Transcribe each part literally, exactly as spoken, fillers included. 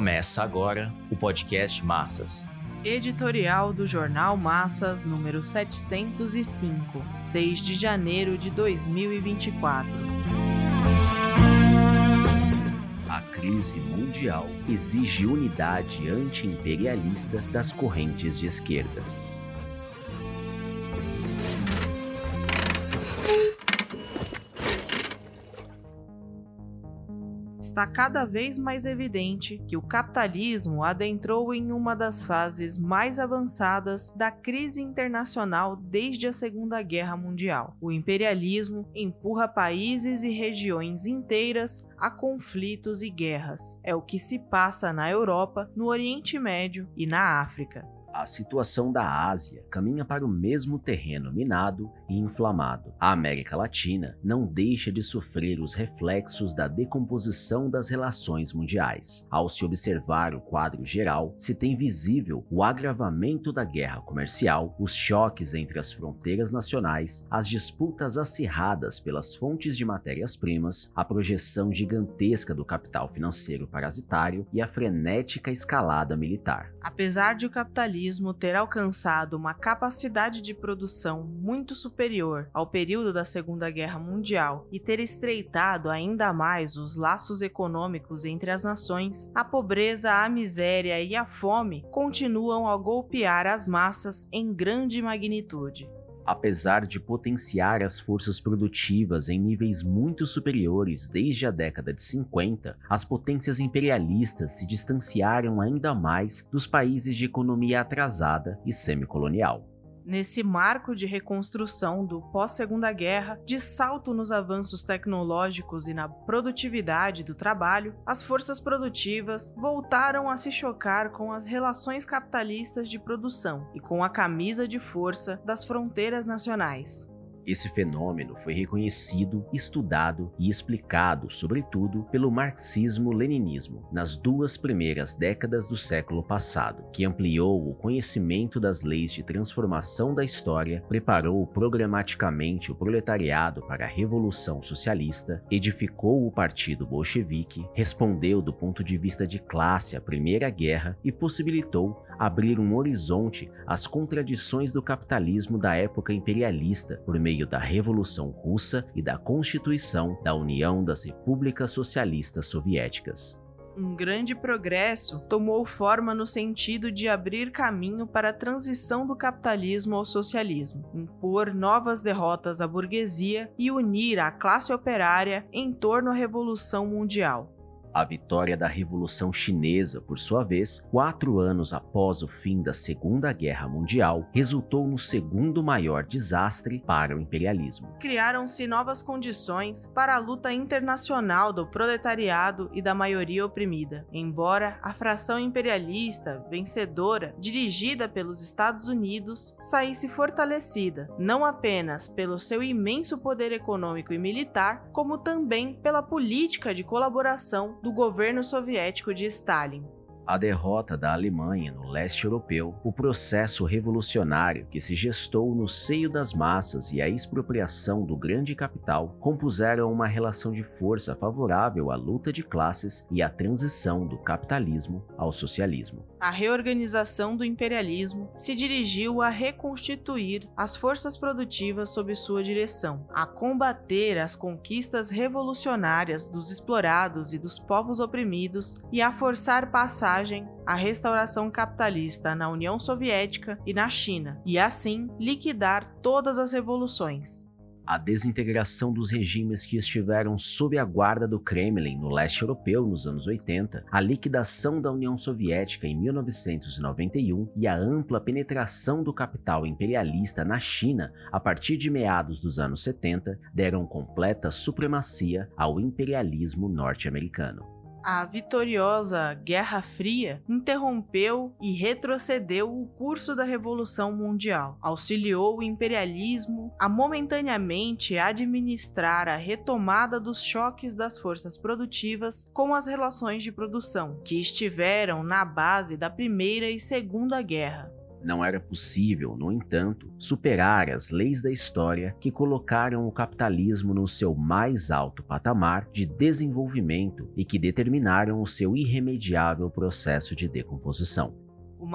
Começa agora o podcast Massas. Editorial do Jornal Massas, número setecentos e cinco, seis de janeiro de dois mil e vinte e quatro. A crise mundial exige unidade anti-imperialista das correntes de esquerda. Está cada vez mais evidente que o capitalismo adentrou em uma das fases mais avançadas da crise internacional desde a Segunda Guerra Mundial. O imperialismo empurra países e regiões inteiras a conflitos e guerras. É o que se passa na Europa, no Oriente Médio e na África. A situação da Ásia caminha para o mesmo terreno minado e inflamado. A América Latina não deixa de sofrer os reflexos da decomposição das relações mundiais. Ao se observar o quadro geral, se tem visível o agravamento da guerra comercial, os choques entre as fronteiras nacionais, as disputas acirradas pelas fontes de matérias-primas, a projeção gigantesca do capital financeiro parasitário e a frenética escalada militar. Apesar de o capitalismo ter alcançado uma capacidade de produção muito superior ao período da Segunda Guerra Mundial e ter estreitado ainda mais os laços econômicos entre as nações, a pobreza, a miséria e a fome continuam a golpear as massas em grande magnitude. Apesar de potenciar as forças produtivas em níveis muito superiores desde a década de cinquenta, as potências imperialistas se distanciaram ainda mais dos países de economia atrasada e semicolonial. Nesse marco de reconstrução do pós-Segunda Guerra, de salto nos avanços tecnológicos e na produtividade do trabalho, as forças produtivas voltaram a se chocar com as relações capitalistas de produção e com a camisa de força das fronteiras nacionais. Esse fenômeno foi reconhecido, estudado e explicado, sobretudo, pelo marxismo-leninismo nas duas primeiras décadas do século passado, que ampliou o conhecimento das leis de transformação da história, preparou programaticamente o proletariado para a Revolução Socialista, edificou o Partido Bolchevique, respondeu do ponto de vista de classe à Primeira Guerra e possibilitou abrir um horizonte às contradições do capitalismo da época imperialista por meio da Revolução Russa e da Constituição da União das Repúblicas Socialistas Soviéticas. Um grande progresso tomou forma no sentido de abrir caminho para a transição do capitalismo ao socialismo, impor novas derrotas à burguesia e unir a classe operária em torno à Revolução Mundial. A vitória da Revolução Chinesa, por sua vez, quatro anos após o fim da Segunda Guerra Mundial, resultou no segundo maior desastre para o imperialismo. Criaram-se novas condições para a luta internacional do proletariado e da maioria oprimida. Embora a fração imperialista, vencedora, dirigida pelos Estados Unidos, saísse fortalecida, não apenas pelo seu imenso poder econômico e militar, como também pela política de colaboração do governo soviético de Stalin. A derrota da Alemanha no leste europeu, o processo revolucionário que se gestou no seio das massas e a expropriação do grande capital compuseram uma relação de força favorável à luta de classes e à transição do capitalismo ao socialismo. A reorganização do imperialismo se dirigiu a reconstituir as forças produtivas sob sua direção, a combater as conquistas revolucionárias dos explorados e dos povos oprimidos e a forçar passagem a restauração capitalista na União Soviética e na China, e assim liquidar todas as revoluções. A desintegração dos regimes que estiveram sob a guarda do Kremlin no leste europeu nos anos oitenta, a liquidação da União Soviética em mil novecentos e noventa e um e a ampla penetração do capital imperialista na China a partir de meados dos anos setenta deram completa supremacia ao imperialismo norte-americano. A vitoriosa Guerra Fria interrompeu e retrocedeu o curso da Revolução Mundial, auxiliou o imperialismo a momentaneamente administrar a retomada dos choques das forças produtivas com as relações de produção, que estiveram na base da Primeira e Segunda Guerra. Não era possível, no entanto, superar as leis da história que colocaram o capitalismo no seu mais alto patamar de desenvolvimento e que determinaram o seu irremediável processo de decomposição. O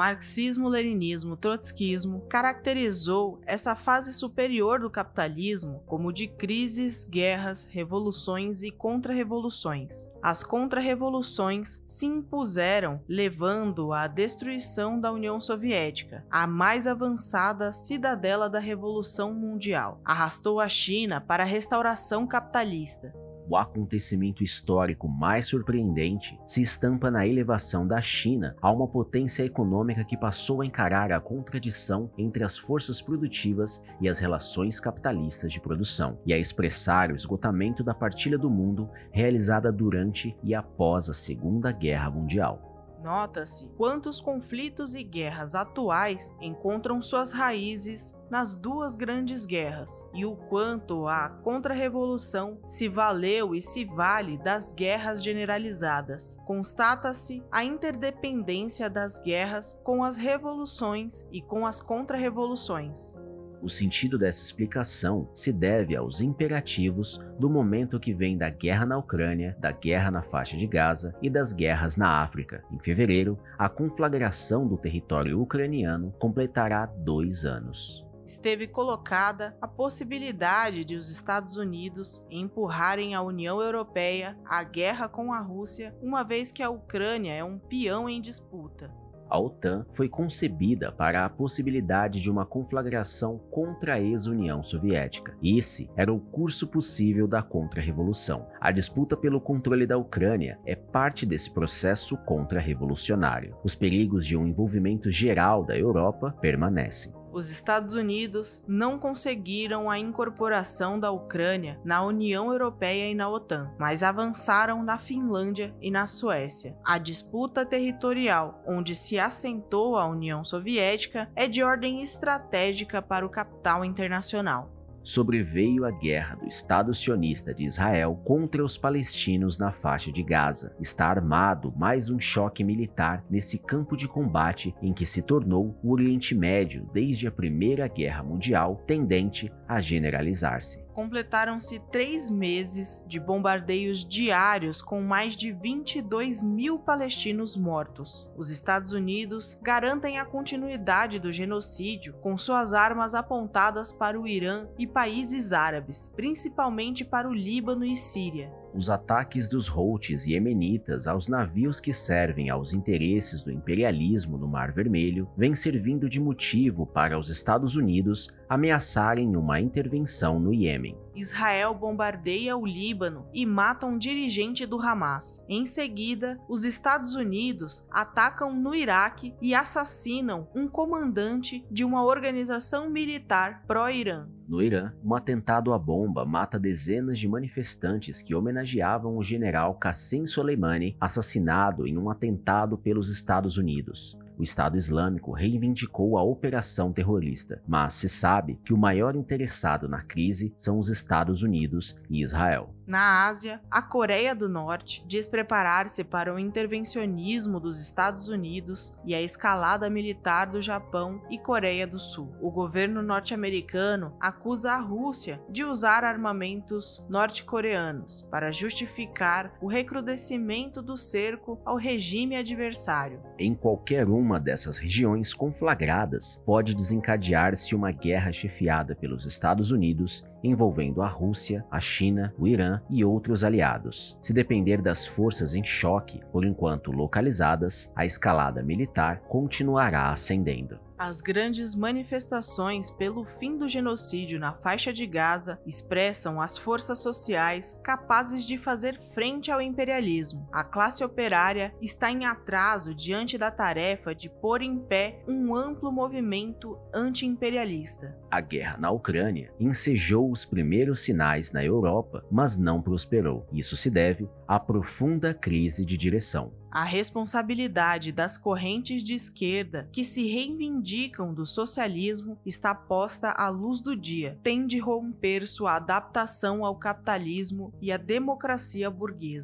marxismo-leninismo-trotskismo caracterizou essa fase superior do capitalismo como de crises, guerras, revoluções e contra-revoluções. As contra-revoluções se impuseram, levando à destruição da União Soviética, a mais avançada cidadela da Revolução Mundial. Arrastou a China para a restauração capitalista. O acontecimento histórico mais surpreendente se estampa na elevação da China a uma potência econômica que passou a encarar a contradição entre as forças produtivas e as relações capitalistas de produção, e a expressar o esgotamento da partilha do mundo realizada durante e após a Segunda Guerra Mundial. Nota-se quantos conflitos e guerras atuais encontram suas raízes nas duas grandes guerras, e o quanto a contra-revolução se valeu e se vale das guerras generalizadas. Constata-se a interdependência das guerras com as revoluções e com as contra-revoluções. O sentido dessa explicação se deve aos imperativos do momento que vem da guerra na Ucrânia, da guerra na faixa de Gaza e das guerras na África. Em fevereiro, a conflagração do território ucraniano completará dois anos. Esteve colocada a possibilidade de os Estados Unidos empurrarem a União Europeia à guerra com a Rússia, uma vez que a Ucrânia é um peão em disputa. A OTAN foi concebida para a possibilidade de uma conflagração contra a ex-União Soviética. Esse era o curso possível da contra-revolução. A disputa pelo controle da Ucrânia é parte desse processo contra-revolucionário. Os perigos de um envolvimento geral da Europa permanecem. Os Estados Unidos não conseguiram a incorporação da Ucrânia na União Europeia e na OTAN, mas avançaram na Finlândia e na Suécia. A disputa territorial onde se assentou a União Soviética é de ordem estratégica para o capital internacional. Sobreveio a guerra do Estado sionista de Israel contra os palestinos na faixa de Gaza. Está armado mais um choque militar nesse campo de combate em que se tornou o Oriente Médio desde a Primeira Guerra Mundial, tendente a generalizar-se. Completaram-se três meses de bombardeios diários com mais de vinte e dois mil palestinos mortos. Os Estados Unidos garantem a continuidade do genocídio com suas armas apontadas para o Irã e países árabes, principalmente para o Líbano e Síria. Os ataques dos Houthis e Iemenitas aos navios que servem aos interesses do imperialismo no Mar Vermelho vêm servindo de motivo para os Estados Unidos ameaçarem uma intervenção no Iêmen. Israel bombardeia o Líbano e mata um dirigente do Hamas. Em seguida, os Estados Unidos atacam no Iraque e assassinam um comandante de uma organização militar pró-Irã. No Irã, um atentado à bomba mata dezenas de manifestantes que homenageavam o general Qassem Soleimani, assassinado em um atentado pelos Estados Unidos. O Estado Islâmico reivindicou a operação terrorista, mas se sabe que o maior interessado na crise são os Estados Unidos e Israel. Na Ásia, a Coreia do Norte diz preparar-se para o intervencionismo dos Estados Unidos e a escalada militar do Japão e Coreia do Sul. O governo norte-americano acusa a Rússia de usar armamentos norte-coreanos para justificar o recrudescimento do cerco ao regime adversário. Em qualquer uma dessas regiões conflagradas, pode desencadear-se uma guerra chefiada pelos Estados Unidos envolvendo a Rússia, a China, o Irã e outros aliados. Se depender das forças em choque, por enquanto localizadas, a escalada militar continuará ascendendo. As grandes manifestações pelo fim do genocídio na faixa de Gaza expressam as forças sociais capazes de fazer frente ao imperialismo. A classe operária está em atraso diante da tarefa de pôr em pé um amplo movimento anti-imperialista. A guerra na Ucrânia ensejou os primeiros sinais na Europa, mas não prosperou. Isso se deve à profunda crise de direção. A responsabilidade das correntes de esquerda que se reivindicam do socialismo está posta à luz do dia, tem de romper sua adaptação ao capitalismo e à democracia burguesa.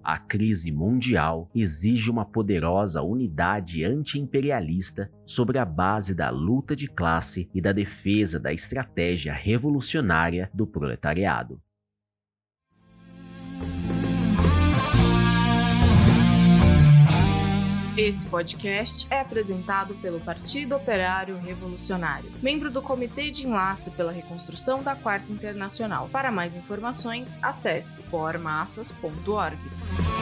A crise mundial exige uma poderosa unidade anti-imperialista sobre a base da luta de classe e da defesa da estratégia revolucionária do proletariado. Esse podcast é apresentado pelo Partido Operário Revolucionário, membro do Comitê de Enlace pela Reconstrução da Quarta Internacional. Para mais informações, acesse formassas ponto org.